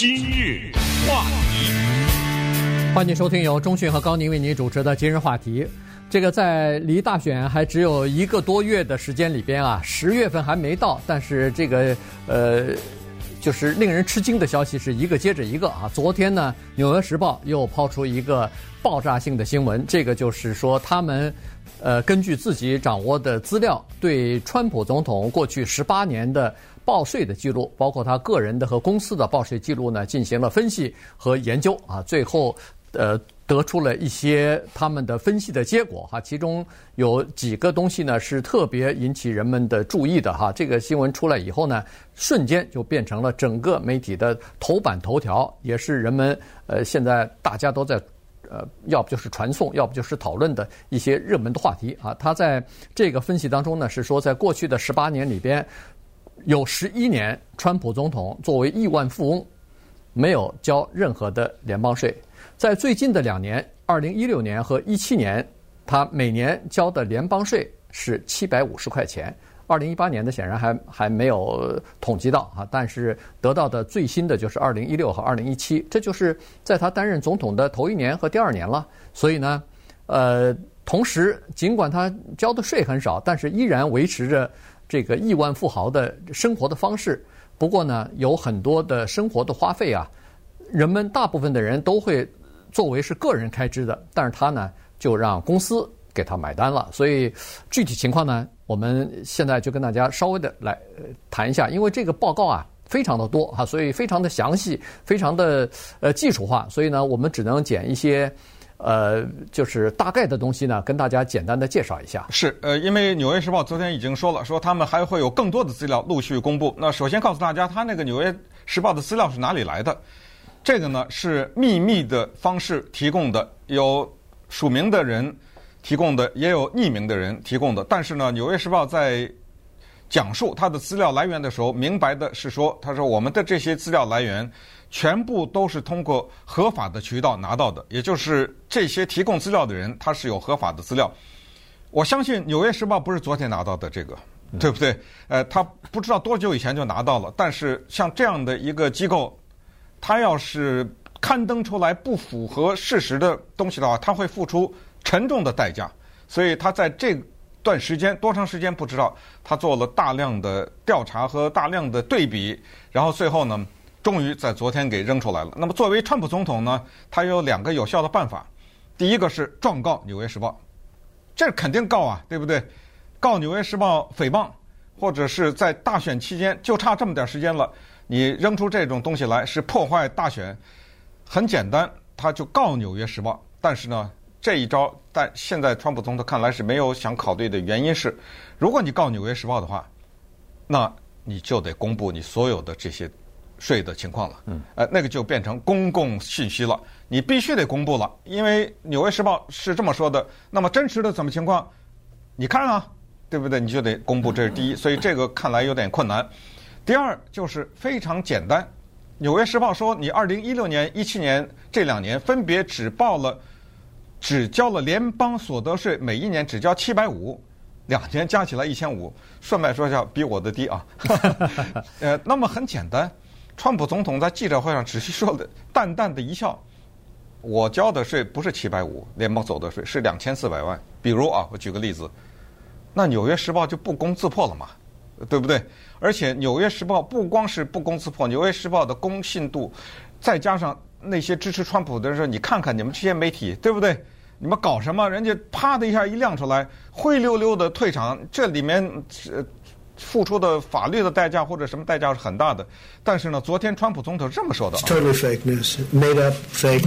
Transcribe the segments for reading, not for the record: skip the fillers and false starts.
今日话题， 欢迎收听由钟迅和高宁为您主持的今日话题。这个在离大选还只有1个多月的时间里边啊，10月份还没到，但是这个就是令人吃惊的消息是一个接着一个啊。昨天呢，《纽约时报》又抛出一个爆炸性的新闻，这个就是说他们根据自己掌握的资料，对川普总统过去18年的报税的记录，包括他个人的和公司的报税记录呢，进行了分析和研究啊，最后得出了一些他们的分析的结果哈，其中有几个东西呢是特别引起人们的注意的哈。这个新闻出来以后呢，瞬间就变成了整个媒体的头版头条，也是人们现在大家都在要不就是传颂，要不就是讨论的一些热门的话题啊。他在这个分析当中呢，是说在过去的18年里边，有11年川普总统作为亿万富翁没有交任何的联邦税。在最近的2年，2016年和17年，他每年交的联邦税是750块钱。2018年的显然还没有统计到啊，但是得到的最新的就是2016和2017，这就是在他担任总统的头1年和第2年了。所以呢，同时尽管他交的税很少，但是依然维持着这个亿万富豪的生活的方式。不过呢，有很多的生活的花费啊，人们大部分的人都会作为是个人开支的，但是他呢就让公司给他买单了。所以具体情况呢，我们现在就跟大家稍微的来谈一下，因为这个报告啊非常的多哈，所以非常的详细，非常的技术化，所以呢我们只能捡一些就是大概的东西呢，跟大家简单的介绍一下。 是因为《纽约时报》昨天已经说了，说他们还会有更多的资料陆续公布。那首先告诉大家，他那个《纽约时报》的资料是哪里来的？这个呢是秘密的方式提供的，有署名的人提供的，也有匿名的人提供的。但是呢，《纽约时报》在讲述它的资料来源的时候，明白的是说，他说我们的这些资料来源全部都是通过合法的渠道拿到的，也就是这些提供资料的人他是有合法的资料。我相信《纽约时报》不是昨天拿到的这个，对不对？他不知道多久以前就拿到了，但是像这样的一个机构，他要是刊登出来不符合事实的东西的话，他会付出沉重的代价。所以他在这段时间多长时间不知道，他做了大量的调查和大量的对比，然后最后呢终于在昨天给扔出来了。那么作为川普总统呢，他有2个有效的办法。第一个是状告《纽约时报》，这肯定告啊，对不对？告《纽约时报》诽谤，或者是在大选期间就差这么点时间了，你扔出这种东西来是破坏大选，很简单，他就告《纽约时报》。但是呢，这一招，但现在川普总统看来是没有想考虑的原因是，如果你告《纽约时报》的话，那你就得公布你所有的这些税的情况了。那个就变成公共信息了，你必须得公布了，因为《纽约时报》是这么说的。那么真实的怎么情况，你看啊，对不对？你就得公布，这是第一。所以这个看来有点困难。第二就是非常简单，《纽约时报》说你2016年、17年这2年分别只交了联邦所得税，每1年只交750，2年加起来1500。顺便说一下，比我的低啊。那么很简单，川普总统在记者会上只是说了淡淡的一笑，我交的税不是750，联邦所得税是2400万。比如啊，我举个例子，那《纽约时报》就不攻自破了嘛，对不对？而且《纽约时报》不光是不攻自破，《纽约时报》的公信度，再加上那些支持川普的人说，你看看你们这些媒体，对不对？你们搞什么？人家啪的一下一亮出来，灰溜溜的退场，这里面付出的法律的代价或者什么代价是很大的。但是呢，昨天川普总统这么说的 It's totally fake news, made up, fake.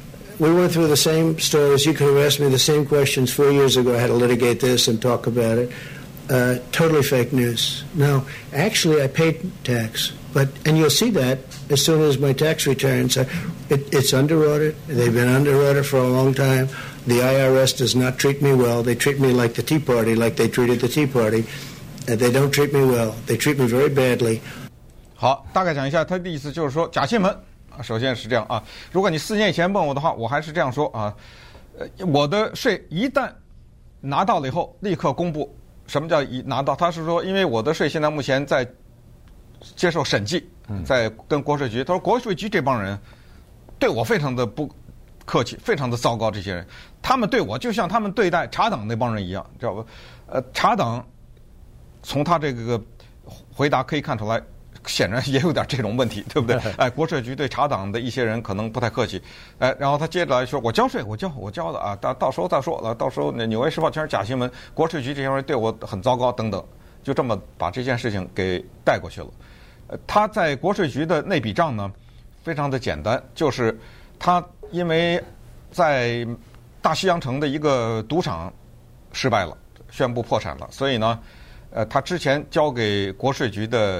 We went through the same stories. You could have asked me the same questions 4 years ago. I had to litigate this and talk about it. Totally fake news. Now, actually, I paid tax, and you'll see that as soon as my tax returns. It's under audit. They've been under audit for a long time. The IRS does not treat me well. They treat me like the Tea Party, like they treated the Tea Party. They don't treat me well. They treat me very badly. 好，大概讲一下他的意思，就是说假新闻。首先是这样啊，如果你4年以前问我的话，我还是这样说啊，我的税一旦拿到了以后，立刻公布。什么叫拿到？他是说，因为我的税现在目前在接受审计，在跟国税局，他说国税局这帮人对我非常的不客气，非常的糟糕，这些人，他们对我就像他们对待茶党那帮人一样，知道吧？茶党从他这个回答可以看出来，显然也有点这种问题，对不对？哎，国税局对茶党的一些人可能不太客气，哎，然后他接着来说，我交税，我交的啊，到时候再说了，到时候那《纽约时报》全是假新闻，国税局这些人对我很糟糕等等，就这么把这件事情给带过去了。他在国税局的那笔账呢，非常的简单，就是他因为在大西洋城的一个赌场失败了，宣布破产了，所以呢，他之前交给国税局的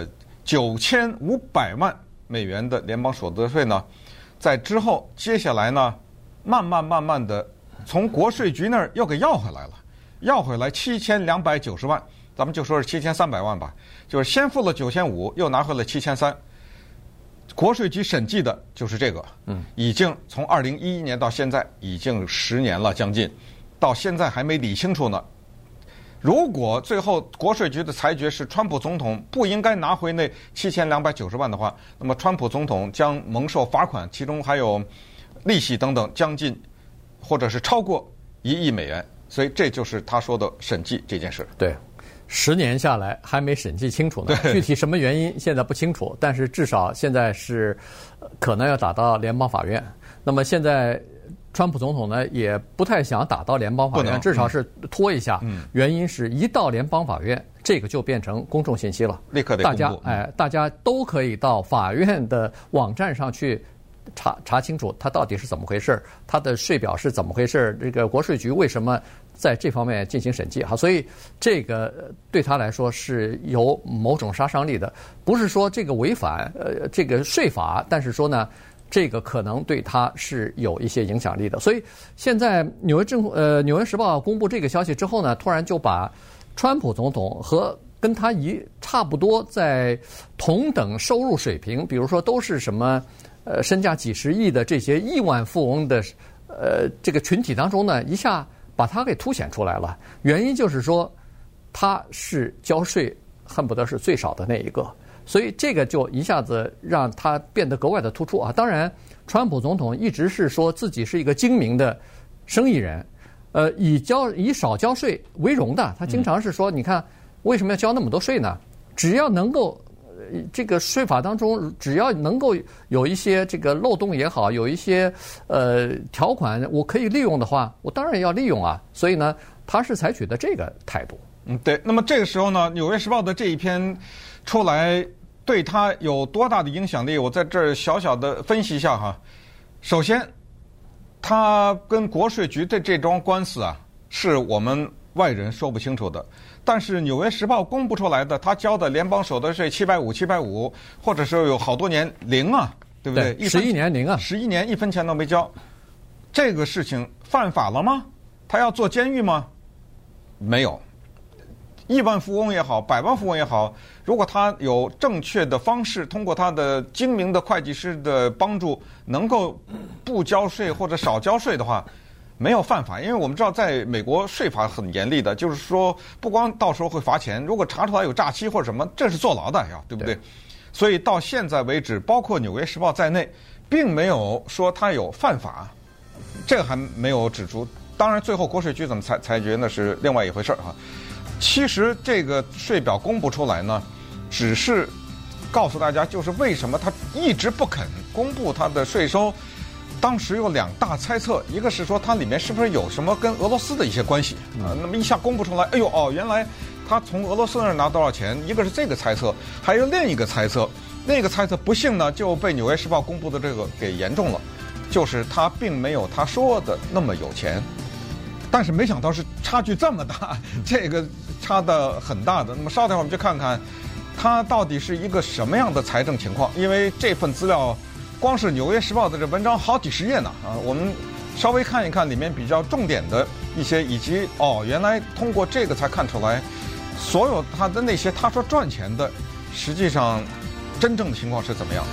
9500万美元的联邦所得税呢，在之后接下来呢，慢慢的从国税局那儿又给要回来了，要回来7290万，咱们就说是7300万吧，就是先付了9500，又拿回了7300。国税局审计的就是这个，已经从2011年到现在已经10年了，将近，到现在还没理清楚呢。如果最后国税局的裁决是川普总统不应该拿回那7290万的话，那么川普总统将蒙受罚款，其中还有利息等等，将近或者是超过1亿美元。所以这就是他说的审计这件事。 对，10年下来还没审计清楚呢，具体什么原因现在不清楚，但是至少现在是可能要打到联邦法院。那么现在川普总统呢也不太想打到联邦法院，至少是拖一下。原因是一到联邦法院，这个就变成公众信息了， 立刻得公布。 大家都可以到法院的网站上去查清楚他到底是怎么回事，他的税表是怎么回事，这个国税局为什么在这方面进行审计。所以这个对他来说是有某种杀伤力的，不是说这个违反这个税法，但是说呢，这个可能对他是有一些影响力的。所以现在纽约时报公布这个消息之后呢，突然就把川普总统和跟他差不多在同等收入水平，比如说都是什么身价几十亿的这些亿万富翁的这个群体当中呢，一下把他给凸显出来了。原因就是说他是交税恨不得是最少的那一个，所以这个就一下子让他变得格外的突出啊。当然川普总统一直是说自己是一个精明的生意人，以少交税为荣的。他经常是说，你看为什么要交那么多税呢？只要能够这个税法当中只要能够有一些这个漏洞也好，有一些条款我可以利用的话，我当然要利用啊。所以呢，他是采取的这个态度。 对。那么这个时候呢，《纽约时报》的这一篇出来，对他有多大的影响力？我在这儿小小的分析一下哈。首先，他跟国税局的这桩官司啊，是我们外人说不清楚的。但是《纽约时报》公布出来的，他交的联邦所得税750，或者是有好多年零啊，对不对 ？11年零啊 ，11年1分钱都没交，这个事情犯法了吗？他要坐监狱吗？没有。亿万富翁也好，百万富翁也好，如果他有正确的方式，通过他的精明的会计师的帮助，能够不交税或者少交税的话，没有犯法。因为我们知道在美国税法很严厉的，就是说不光到时候会罚钱，如果查出来有诈欺或者什么，这是坐牢的呀，对不对？所以到现在为止，包括《纽约时报》在内，并没有说他有犯法，这个还没有指出。当然最后国税局怎么裁决那是另外一回事啊。其实这个税表公布出来呢，只是告诉大家，就是为什么他一直不肯公布他的税收。当时有2大猜测，一个是说它里面是不是有什么跟俄罗斯的一些关系啊？那么一下公布出来，哎呦原来他从俄罗斯那儿拿多少钱？一个是这个猜测，还有另一个猜测，那个猜测不幸呢就被《纽约时报》公布的这个给言中了，就是他并没有他说的那么有钱。但是没想到是差距这么大，这个差的很大的。那么稍等会儿我们就看看他到底是一个什么样的财政情况，因为这份资料光是《纽约时报》的这文章好几十页呢啊，我们稍微看一看里面比较重点的一些，以及原来通过这个才看出来，所有他的那些他说赚钱的，实际上真正的情况是怎么样。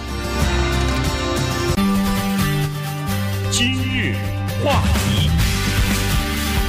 今日话题。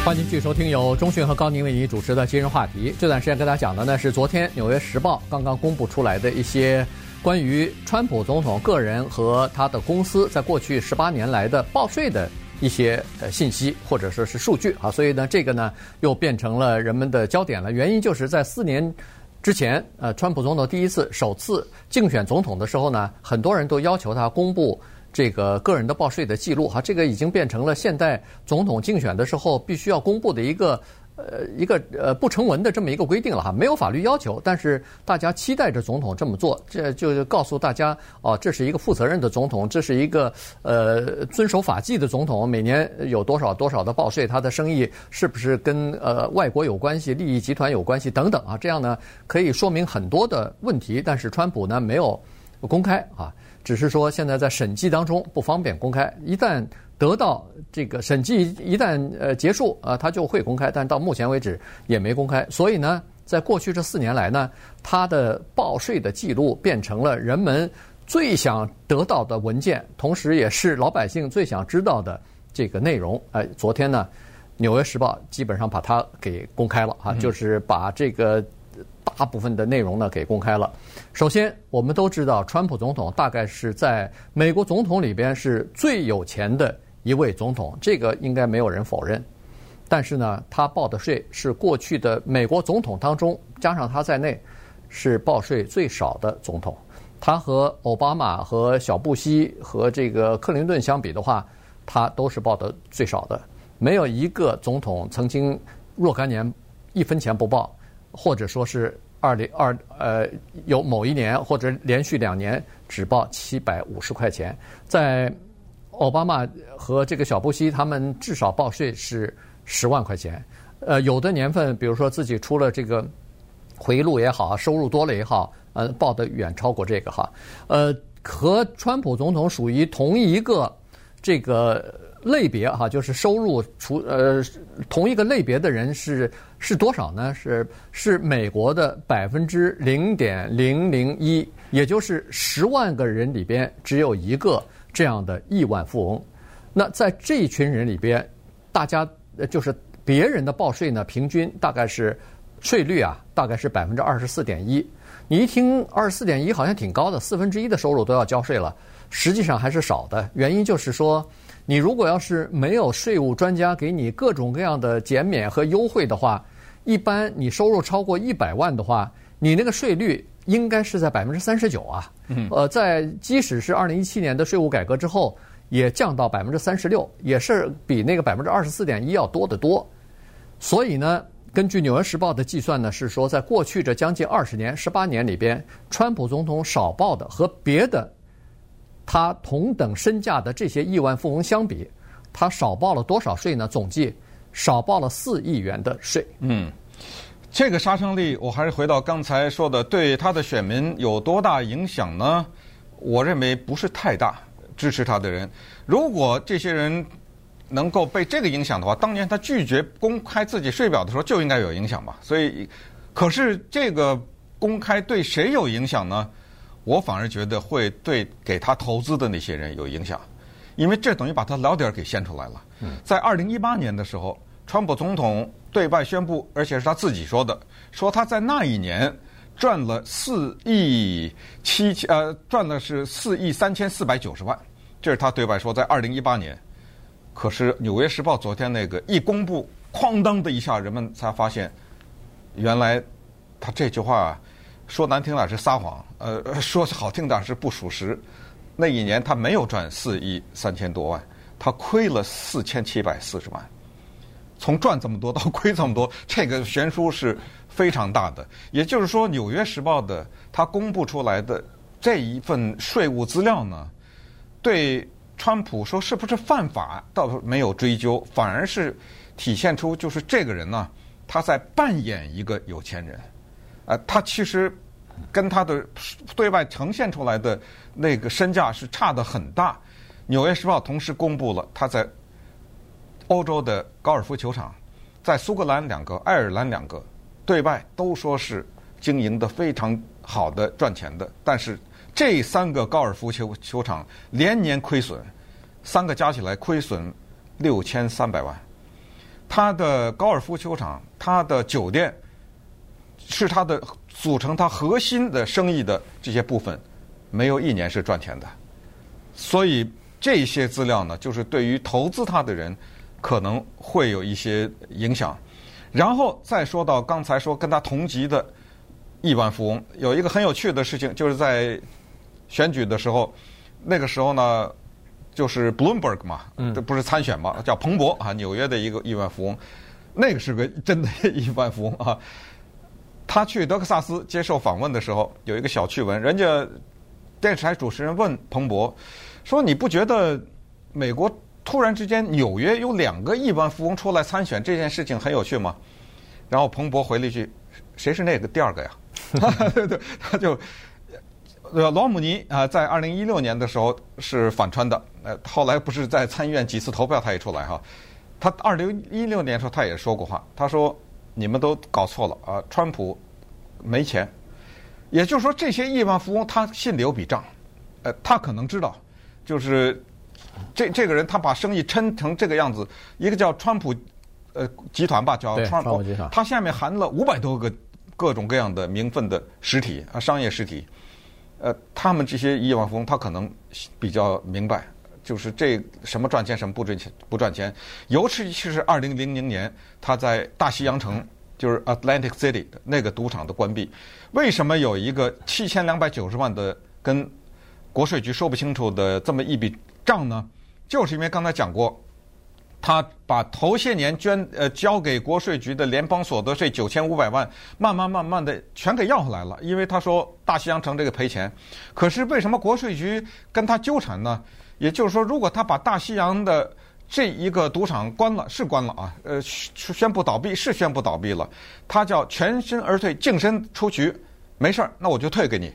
欢迎继续收听由钟迅和高宁为你主持的今日话题。这段时间跟大家讲的呢是昨天《纽约时报》刚刚公布出来的一些关于川普总统个人和他的公司在过去18年来的报税的一些信息或者说是数据啊，所以呢这个呢又变成了人们的焦点了。原因就是在4年之前，川普总统首次竞选总统的时候呢，很多人都要求他公布这个个人的报税的记录哈，这个已经变成了现代总统竞选的时候必须要公布的一个不成文的这么一个规定了哈，没有法律要求，但是大家期待着总统这么做，这就告诉大家哦，这是一个负责任的总统，这是一个遵守法纪的总统，每年有多少的报税，他的生意是不是跟外国有关系、利益集团有关系等等啊，这样呢可以说明很多的问题，但是川普呢没有公开啊。只是说现在在审计当中不方便公开，一旦得到这个审计一旦结束他就会公开，但到目前为止也没公开。所以呢，在过去这4年来呢，他的报税的记录变成了人们最想得到的文件，同时也是老百姓最想知道的这个内容。昨天呢，《纽约时报》基本上把它给公开了啊，就是把这个大部分的内容呢给公开了。首先我们都知道川普总统大概是在美国总统里边是最有钱的一位总统，这个应该没有人否认。但是呢，他报的税是过去的美国总统当中加上他在内是报税最少的总统。他和奥巴马和小布希和这个克林顿相比的话，他都是报的最少的，没有一个总统曾经若干年1分钱不报，或者说是有某一年或者连续2年只报750块钱。在奥巴马和这个小布希他们至少报税是10万块钱。有的年份比如说自己出了这个回忆录也好，收入多了也好，报的远超过这个哈。和川普总统属于同一个这个类别哈，就是收入同一个类别的人是多少呢？是美国的0.001%，也就是10万个人里边只有一个这样的亿万富翁。那在这一群人里边，大家就是别人的报税呢，平均大概是税率啊，大概是24.1%。你一听24.1%好像挺高的，1/4的收入都要交税了，实际上还是少的。原因就是说，你如果要是没有税务专家给你各种各样的减免和优惠的话，一般你收入超过100万的话，你那个税率应该是在39%啊。即使是2017年的税务改革之后，也降到36%，也是比那个24.1%要多得多。所以呢，根据《纽约时报》的计算呢，是说在过去这将近20年、18年里边，川普总统少报的和别的他同等身价的这些亿万富翁相比，他少报了多少税呢？总计少报了4亿元的税。 这个杀伤力，我还是回到刚才说的，对他的选民有多大影响呢？我认为不是太大。支持他的人，如果这些人能够被这个影响的话，当年他拒绝公开自己税表的时候就应该有影响吧。所以，可是这个公开对谁有影响呢？我反而觉得会对给他投资的那些人有影响，因为这等于把他老底儿给掀出来了。在2018年的时候，川普总统对外宣布，而且是他自己说的，说他在那一年赚了4亿3490万，这是他对外说在2018年。可是《纽约时报》昨天那个一公布，哐当的一下，人们才发现，原来他这句话说难听点是撒谎，说好听点是不属实。那一年他没有赚4亿3000多万，他亏了4740万。从赚这么多到亏这么多，这个悬殊是非常大的。也就是说，《纽约时报》的他公布出来的这一份税务资料呢，对川普说是不是犯法倒没有追究，反而是体现出就是这个人呢，他在扮演一个有钱人。他其实跟他的对外呈现出来的那个身价是差得很大。《纽约时报》同时公布了他在欧洲的高尔夫球场，在苏格兰2个、爱尔兰2个，对外都说是经营的非常好的、赚钱的。但是这3个高尔夫球场连年亏损，3个加起来亏损6300万。 他的高尔夫球场、他的酒店是他的组成他核心的生意的这些部分，没有一年是赚钱的。所以这些资料呢，就是对于投资他的人可能会有一些影响。然后再说到刚才说跟他同级的亿万富翁，有一个很有趣的事情，就是在选举的时候，那个时候呢，就是 Bloomberg 嘛，这不是参选嘛，叫彭博啊，纽约的一个亿万富翁，那个是个真的亿万富翁啊。他去德克萨斯接受访问的时候，有一个小趣闻，人家电视台主持人问彭博说：“你不觉得美国突然之间纽约有2个亿万富翁出来参选这件事情很有趣吗？”然后彭博回了一句：“谁是那个第2个呀？”对，他就罗姆尼啊，在2016年的时候是反川的，后来不是在参议院几次投票他也出来哈。他2016年的时候他也说过话，他说：“你们都搞错了啊，川普没钱。”也就是说，这些亿万富翁他心里有笔账，他可能知道，就是这个人他把生意撑成这个样子，一个叫川普集团吧，叫川普集团，他下面含了500多个各种各样的名分的实体啊，商业实体。他们这些亿万富翁，他可能比较明白，就是这什么赚钱，什么不赚钱。尤其是2000年，他在大西洋城，就是 Atlantic City 的那个赌场的关闭，为什么有一个7290万的跟国税局说不清楚的这么一笔账呢？就是因为刚才讲过，他把头些年交给国税局的联邦所得税9500万，慢慢的全给要回来了。因为他说大西洋城这个赔钱，可是为什么国税局跟他纠缠呢？也就是说，如果他把大西洋的这一个赌场关了啊，宣布倒闭是宣布倒闭了，他叫全身而退，净身出局，没事儿，那我就退给你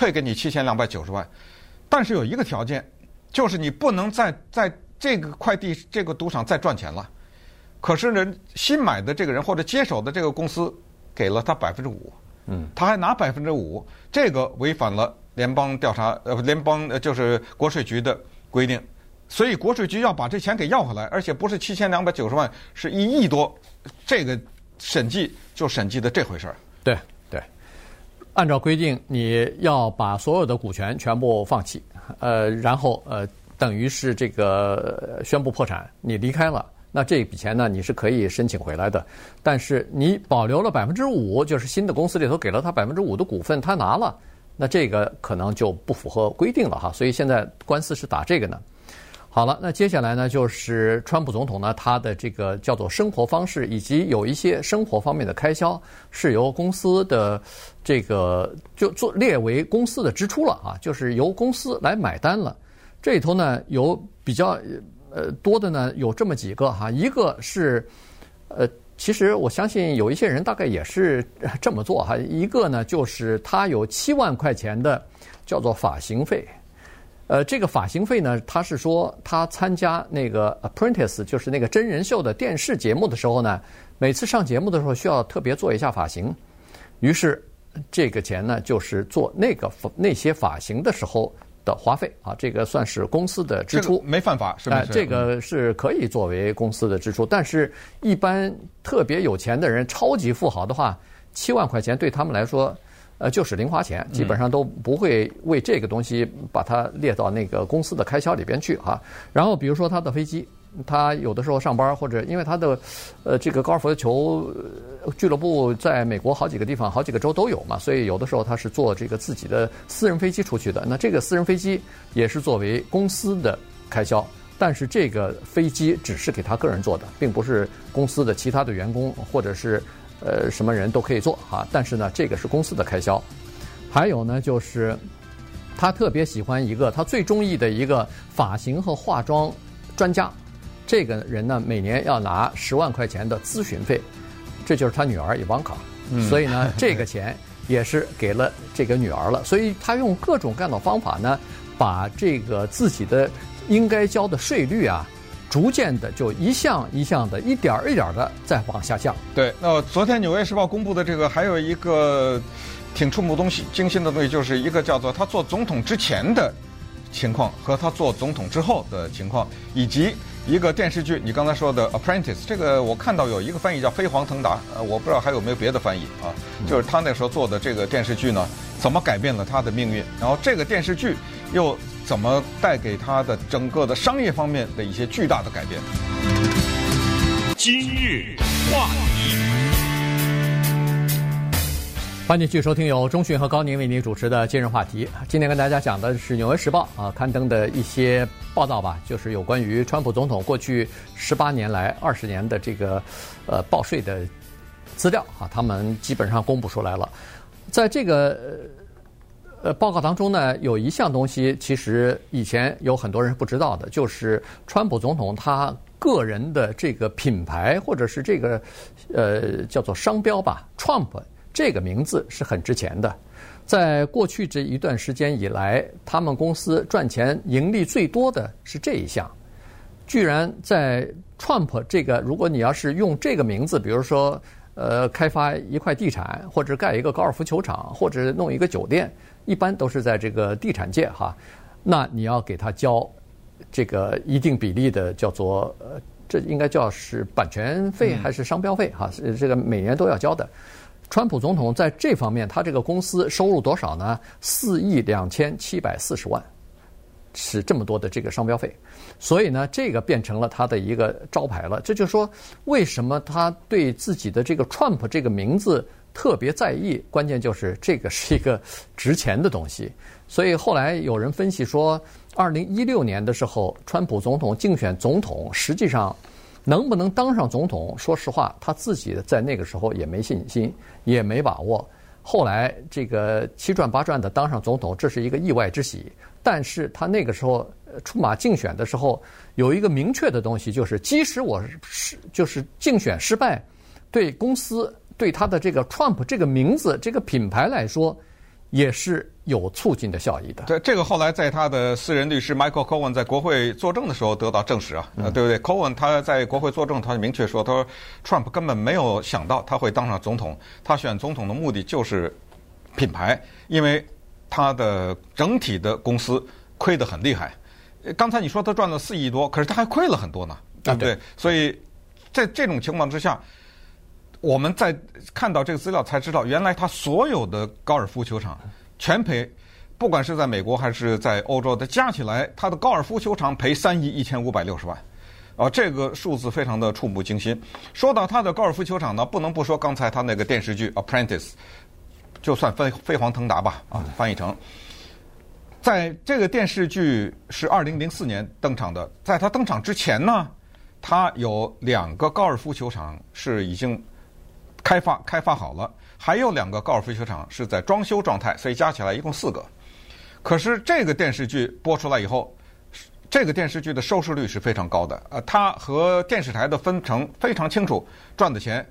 7290万，但是有一个条件，就是你不能在这个块地这个赌场再赚钱了。可是呢，新买的这个人或者接手的这个公司给了他5%，他还拿5%，这个违反了联邦就是国税局的规定，所以国税局要把这钱给要回来，而且不是7290万，是1亿多，这个审计的这回事儿。 对，按照规定，你要把所有的股权全部放弃，然后等于是这个宣布破产，你离开了，那这笔钱呢，你是可以申请回来的。但是你保留了5%，就是新的公司里头给了他5%的股份，他拿了，那这个可能就不符合规定了哈。所以现在官司是打这个呢。好了，那接下来呢，就是川普总统呢，他的这个叫做生活方式，以及有一些生活方面的开销是由公司的这个就列为公司的支出了啊，就是由公司来买单了。这里头呢有比较多的呢，有这么几个哈，一个是其实我相信有一些人大概也是这么做哈，一个呢就是他有7万块钱的叫做发型费。这个发型费呢，他是说他参加那个 Apprentice， 就是那个真人秀的电视节目的时候呢，每次上节目的时候需要特别做一下发型，于是这个钱呢就是做那些发型的时候的花费啊，这个算是公司的支出， 这个没犯法是不是？ 这个是可以作为公司的支出，但是一般特别有钱的人、超级富豪的话，7万块钱对他们来说。就是零花钱，基本上都不会为这个东西把它列到那个公司的开销里边去哈。然后比如说他的飞机，他有的时候上班或者因为他的这个高尔夫球俱乐部在美国好几个地方、好几个州都有嘛，所以有的时候他是坐这个自己的私人飞机出去的。那这个私人飞机也是作为公司的开销，但是这个飞机只是给他个人坐的，并不是公司的其他的员工或者是。什么人都可以做啊，但是呢，这个是公司的开销。还有呢，就是他特别喜欢一个他最中意的一个发型和化妆专家，这个人呢每年要拿10万块钱的咨询费，这就是他女儿伊万卡。所以呢，这个钱也是给了这个女儿了。所以他用各种各样的方法呢，把这个自己的应该交的税率啊。逐渐的就一项一项的一点一点的再往下降。 对，那昨天《纽约时报》公布的这个还有一个挺触目惊心的东西，就是一个叫做他做总统之前的情况和他做总统之后的情况，以及一个电视剧，你刚才说的《Apprentice》，这个我看到有一个翻译叫《飞黄腾达》，我不知道还有没有别的翻译啊？就是他那时候做的这个电视剧呢，怎么改变了他的命运？然后这个电视剧又怎么带给他的整个的商业方面的一些巨大的改变？ 今日话题。 欢迎继续收听由钟迅和高宁为您主持的今日话题。今天跟大家讲的是《纽约时报》刊登的一些报道吧，就是有关于川普总统过去18年来20年的这个报税的资料他们基本上公布出来了。在这个报告当中呢，有一项东西其实以前有很多人不知道的，就是川普总统他个人的这个品牌或者是这个叫做商标吧 ，Trump。这个名字是很值钱的，在过去这一段时间以来，他们公司赚钱盈利最多的是这一项。居然在 Trump 这个，如果你要是用这个名字，比如说开发一块地产，或者盖一个高尔夫球场，或者弄一个酒店，一般都是在这个地产界那你要给他交这个一定比例的叫做这应该叫是版权费还是商标费这个每年都要交的。川普总统在这方面，他这个公司收入多少呢？4亿2740万，是这么多的这个商标费。所以呢，这个变成了他的一个招牌了。这就是说，为什么他对自己的这个 Trump 这个名字特别在意？关键就是这个是一个值钱的东西。所以后来有人分析说，2016年的时候，川普总统竞选总统，实际上能不能当上总统，说实话，他自己在那个时候也没信心，也没把握。后来这个7转8转的当上总统，这是一个意外之喜。但是他那个时候出马竞选的时候，有一个明确的东西，就是即使我就是竞选失败，对公司对他的这个 Trump 这个名字这个品牌来说，也是有促进的效益的。 对，这个后来在他的私人律师 Michael Cohen 在国会作证的时候得到证实对不对 ？Cohen 他在国会作证，他明确说，他说 Trump 根本没有想到他会当上总统，他选总统的目的就是品牌，因为他的整体的公司亏得很厉害。刚才你说他赚了4亿多，可是他还亏了很多呢，对不对？对，所以在这种情况之下，我们在看到这个资料才知道，原来他所有的高尔夫球场全赔，不管是在美国还是在欧洲的，加起来他的高尔夫球场赔3亿1560万，这个数字非常的触目惊心。说到他的高尔夫球场呢，不能不说刚才他那个电视剧《Apprentice》，就算飞黄腾达吧，翻译成。在这个电视剧是2004年登场的，在他登场之前呢，他有2个高尔夫球场是已经开发好了，还有2个高尔夫球场是在装修状态，所以加起来一共4个。可是这个电视剧播出来以后，这个电视剧的收视率是非常高的，它和电视台的分成非常清楚，赚的钱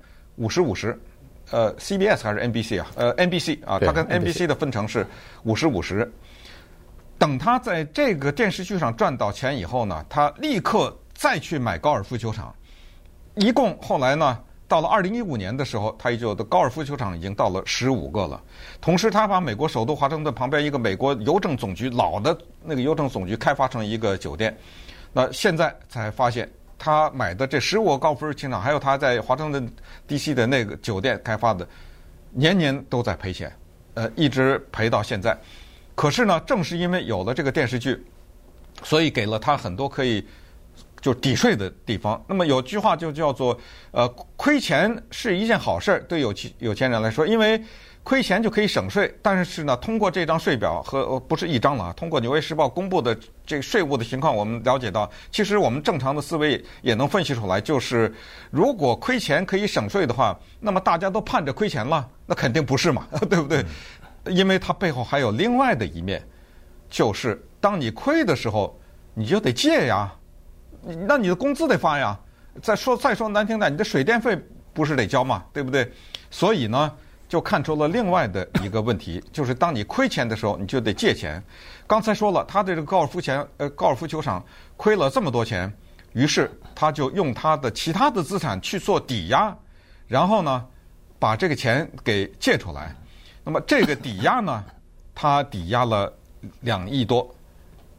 50-50，CBS 还是 NBC NBC 它跟 NBC 的分成是50-50。等他在这个电视剧上赚到钱以后呢，他立刻再去买高尔夫球场，一共后来呢，到了2015年的时候，他的高尔夫球场已经到了15个了。同时，他把美国首都华盛顿旁边一个美国邮政总局老的那个邮政总局开发成一个酒店。那现在才发现，他买的这15个高尔夫球场，还有他在华盛顿 DC 的那个酒店开发的，年年都在赔钱，一直赔到现在。可是呢，正是因为有了这个电视剧，所以给了他很多可以就抵税的地方。那么有句话就叫做亏钱是一件好事对有钱人来说，因为亏钱就可以省税。但是呢，通过这张税表和不是一张了，通过《纽约时报》公布的这个税务的情况，我们了解到，其实我们正常的思维也能分析出来，就是如果亏钱可以省税的话，那么大家都盼着亏钱了，那肯定不是嘛，对不对？因为它背后还有另外的一面，就是当你亏的时候，你就得借呀，那你的工资得发呀。再说难听点，你的水电费不是得交嘛，对不对？所以呢，就看出了另外的一个问题，就是当你亏钱的时候，你就得借钱。刚才说了，他的这个高尔夫球场亏了这么多钱，于是他就用他的其他的资产去做抵押，然后呢，把这个钱给借出来。那么这个抵押呢，他抵押了2亿多，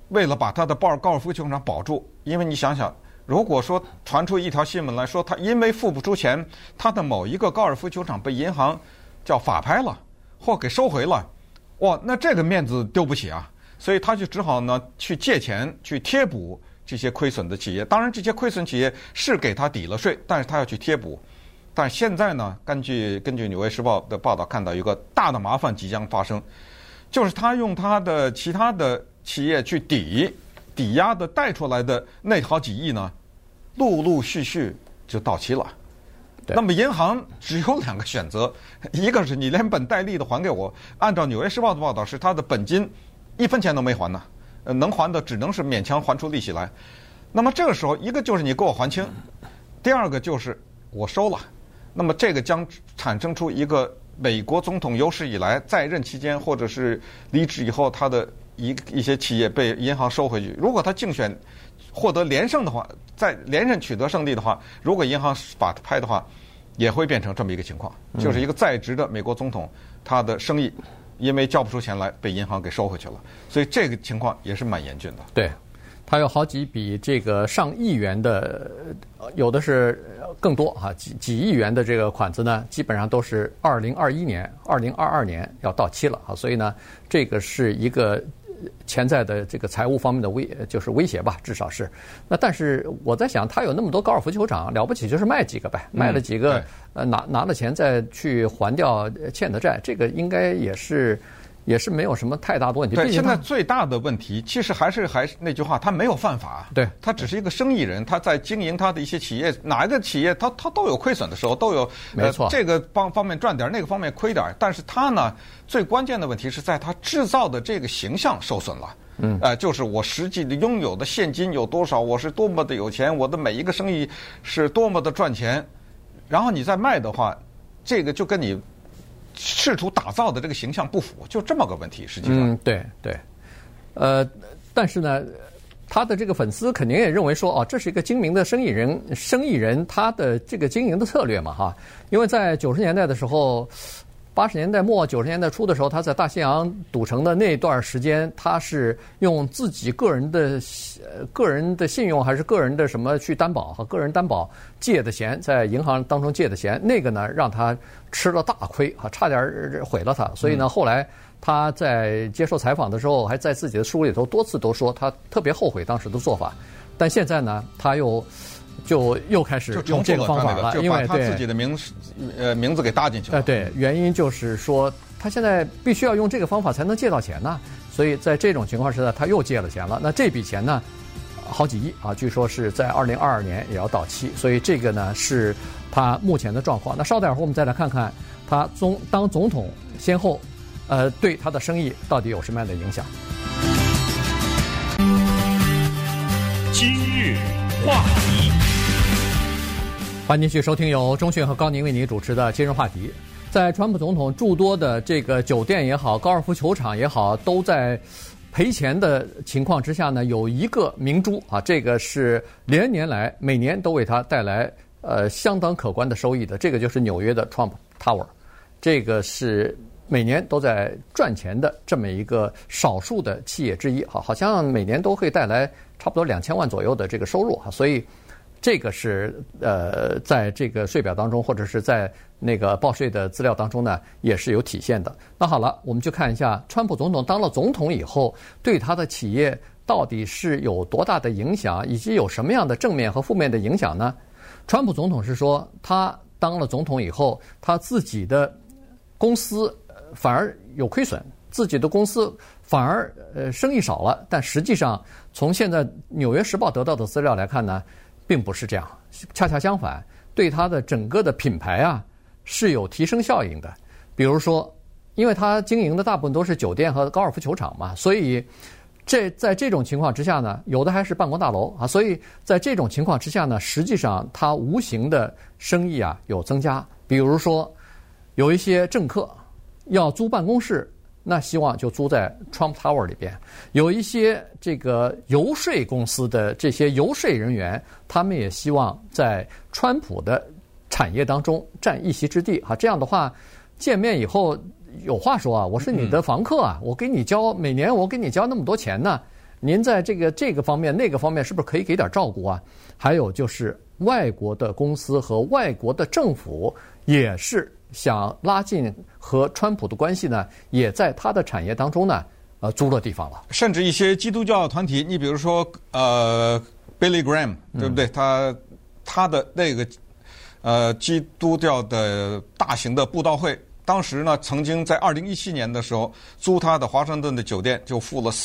为了把他的高尔夫球场保住，因为你想想，如果说传出一条新闻来说，他因为付不出钱，他的某一个高尔夫球场被银行叫法拍了或给收回了，哇，那这个面子丢不起啊！所以他就只好呢去借钱去贴补这些亏损的企业。当然，这些亏损企业是给他抵了税，但是他要去贴补。但现在呢，根据《纽约时报》的报道，看到一个大的麻烦即将发生，就是他用他的其他的企业去抵押的贷出来的那好几亿呢，陆陆续续就到期了。那么银行只有两个选择，一个是你连本带利的还给我，按照《纽约时报》的报道是他的本金1分钱都没还呢，能还的只能是勉强还出利息来。那么这个时候，一个就是你给我还清，第二个就是我收了。那么这个将产生出一个美国总统有史以来在任期间或者是离职以后，他的一些企业被银行收回去。如果他竞选获得连胜的话，在连任取得胜利的话，如果银行法拍的话，也会变成这么一个情况，就是一个在职的美国总统，他的生意因为交不出钱来，被银行给收回去了。所以这个情况也是蛮严峻的。 对。它有好几笔这个上亿元的，有的是更多哈，几亿元的这个款子呢，基本上都是2021年、2022年要到期了啊，所以呢，这个是一个潜在的这个财务方面的威胁吧，至少是。那但是我在想，他有那么多高尔夫球场，了不起就是卖几个呗，卖了几个，拿了钱再去还掉欠的债，这个应该也是没有什么太大的问题。 对，现在最大的问题其实还是那句话，他没有犯法。 对， 他只是一个生意人，他在经营他的一些企业，哪一个企业他都有亏损的时候，都有没错， 这个方面赚点，那个方面亏点。但是他呢，最关键的问题是在他制造的这个形象受损了。就是我实际的拥有的现金有多少，我是多么的有钱，我的每一个生意是多么的赚钱，然后你再卖的话，这个就跟你试图打造的这个形象不符，就这么个问题。实际上， 对，但是呢，他的这个粉丝肯定也认为说，这是一个精明的生意人他的这个经营的策略嘛，哈，因为在90年代的时候。80年代末90年代初的时候，他在大西洋赌城的那段时间，他是用自己个人的信用还是个人的什么去担保和个人担保借的钱，在银行当中借的钱，那个呢让他吃了大亏啊，差点毁了他。所以呢，后来他在接受采访的时候，还在自己的书里头多次都说他特别后悔当时的做法。但现在呢，他又开始用这个方法了， 因为他自己的名字给搭进去了。 对，原因就是说他现在必须要用这个方法才能借到钱呢，所以在这种情况之下，他又借了钱了。那这笔钱呢，好几亿啊，据说是在2022年也要到期，所以这个呢是他目前的状况。那稍等会儿我们再来看看他当总统先后，对他的生意到底有什么样的影响。 今日话题。 欢迎继续收听由钟迅和高宁为您主持的今日话题。在川普总统诸多的这个酒店也好，高尔夫球场也好，都在赔钱的情况之下呢，有一个明珠啊，这个是连年来每年都为他带来相当可观的收益的，这个就是纽约的 Trump Tower， 这个是每年都在赚钱的这么一个少数的企业之一，好像每年都会带来差不多2000万左右的这个收入，所以这个是在这个税表当中，或者是在那个报税的资料当中呢，也是有体现的。那好了，我们就看一下川普总统当了总统以后，对他的企业到底是有多大的影响，以及有什么样的正面和负面的影响呢？川普总统是说，他当了总统以后，他自己的公司反而有亏损，自己的公司反而生意少了，但实际上从现在《纽约时报》得到的资料来看呢，并不是这样，恰恰相反，对它的整个的品牌啊是有提升效应的。比如说，因为它经营的大部分都是酒店和高尔夫球场嘛，所以在这种情况之下呢，有的还是办公大楼啊，所以在这种情况之下呢，实际上它无形的生意啊有增加。比如说，有一些政客要租办公室，那希望就租在 Trump Tower 里边。有一些这个游说公司的这些游说人员，他们也希望在川普的产业当中占一席之地啊。这样的话，见面以后有话说啊，我是你的房客啊，我给你交每年我给你交那么多钱呢， 您在这个方面那个方面是不是可以给点照顾啊？还有就是外国的公司和外国的政府也是想拉近和川普的关系呢，也在他的产业当中呢租了地方了。 甚至一些基督教团体，你比如说Billy Graham， 对不对？他的那个基督教的大型的布道会，当时呢曾经在2017年的时候租他的华盛顿的酒店，就付了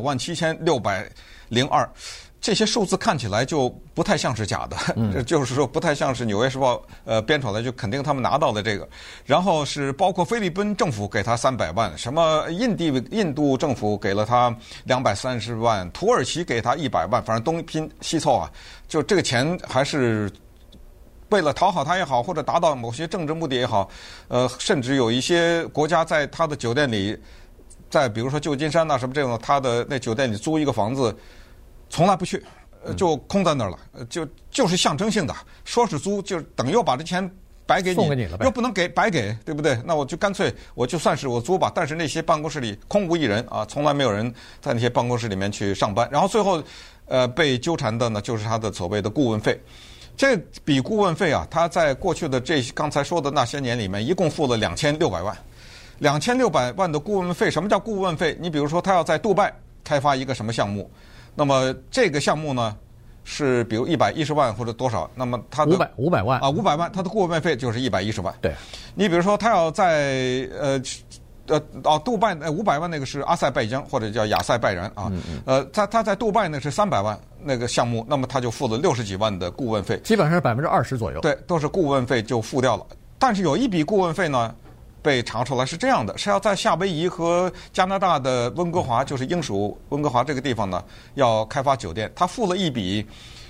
397602。这些数字看起来就不太像是假的，就是说不太像是《纽约时报》编出来，就肯定他们拿到了这个。然后是包括菲律宾政府给他300万，什么印度政府给了他230万，土耳其给他100万，反正东拼西凑啊，就这个钱还是为了讨好他也好，或者达到某些政治目的也好，甚至有一些国家在他的酒店里，在比如说旧金山什么这种，他的那酒店里租一个房子。从来不去，就空在那儿了，就是象征性的，说是租，就等于又把这钱白给你， 送给你了呗， 又不能白给，对不对？那我就干脆我就算是我租吧，但是那些办公室里空无一人啊，从来没有人在那些办公室里面去上班。然后最后，被纠缠的呢，就是他的所谓的顾问费。这笔顾问费啊，他在过去的刚才说的那些年里面，一共付了2600万，2600万的顾问费。什么叫顾问费？你比如说，他要在杜拜开发一个什么项目。那么这个项目呢，是比如110万或者多少？那么他的 500万啊，500万，他的顾问费就是110万。 对， 你比如说他要在杜拜500万那个是阿塞拜疆或者叫亚塞拜然啊，他在杜拜那是300万那个项目，那么他就付了60几万的顾问费， 基本上是20%左右。 对，都是顾问费就付掉了。但是有一笔顾问费呢，被查出来是这样的，是要在夏威夷和加拿大的温哥华，就是英属温哥华这个地方呢，要开发酒店，他付了一笔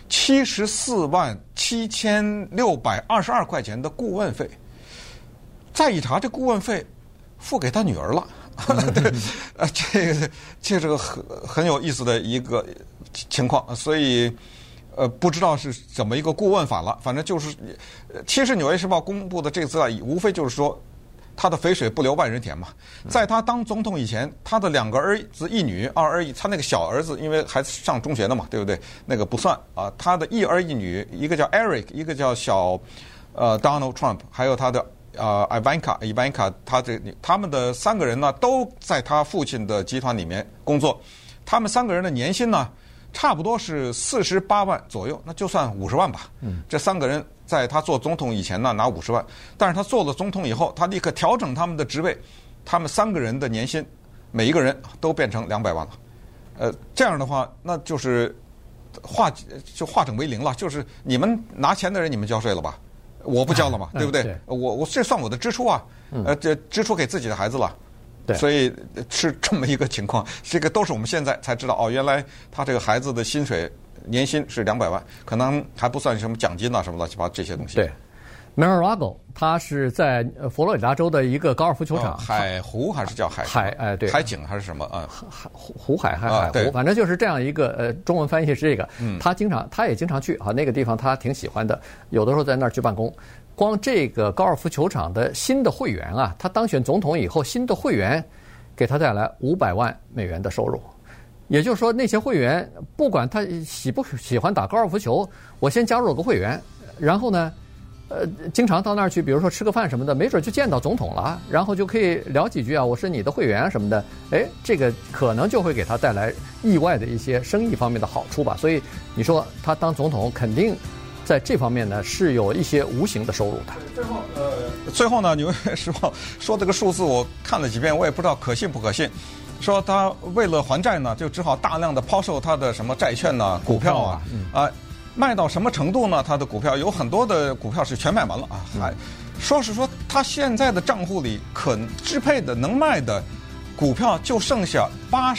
747622块钱的顾问费。再一查，这顾问费付给他女儿了。这个很有意思的一个情况，所以不知道是怎么一个顾问法了。反正就是，其实《纽约时报》公布的这个资料，无非就是说，他的肥水不流外人田嘛。在他当总统以前，他的2个儿子1女，2儿1，他那个小儿子因为还上中学呢嘛，对不对？那个不算啊。他的1儿1女，一个叫 Eric， 一个叫小Donald Trump， 还有他的Ivanka， 他们的3个人呢，都在他父亲的集团里面工作。他们3个人的年薪呢，差不多是48万左右，那就算50万吧。这3个人在他做总统以前呢，拿50万，但是他做了总统以后，他立刻调整他们的职位，他们3个人的年薪，每一个人都变成200万了。这样的话，那就是化整为零了，就是你们拿钱的人，你们交税了吧？我不交了嘛，对不对？我这算我的支出啊，这支出给自己的孩子了。所以是这么一个情况，这个都是我们现在才知道哦，原来他这个孩子的薪水年薪是200万，可能还不算什么奖金啊什么乱七八糟这些东西。 对 ，Mar-a-Lago， 它是在佛罗里达州的一个高尔夫球场， 海湖还是叫海对， 海景还是什么湖海还海湖，反正就是这样一个中文翻译是这个。他也经常去啊，那个地方他挺喜欢的，有的时候在那儿去办公。光这个高尔夫球场的新的会员啊，他当选总统以后，新的会员给他带来$500万的收入。也就是说，那些会员不管他喜不喜欢打高尔夫球，我先加入了个会员，然后呢，经常到那儿去，比如说吃个饭什么的，没准就见到总统了，然后就可以聊几句啊，我是你的会员什么的，这个可能就会给他带来意外的一些生意方面的好处吧。所以你说他当总统肯定在这方面呢是有一些无形的收入的。 最后呢，《纽约时报》说这个数字我看了几遍，我也不知道可信不可信。说他为了还债呢，就只好大量的抛售他的什么债券呐、股票啊，卖到什么程度呢？他的股票有很多的股票是全卖完了啊，还说他现在的账户里可支配的能卖的股票就剩下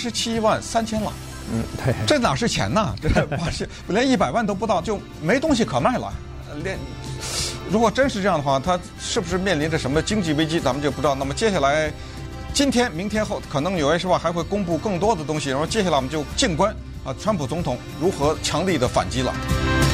873000了。 对， 这哪是钱呐？这连100万都不到，就没东西可卖了。如果真是这样的话，他是不是面临着什么经济危机，咱们就不知道。那么接下来，今天、明天后，可能《纽约时报》还会公布更多的东西。然后接下来我们就静观川普总统如何强力的反击了。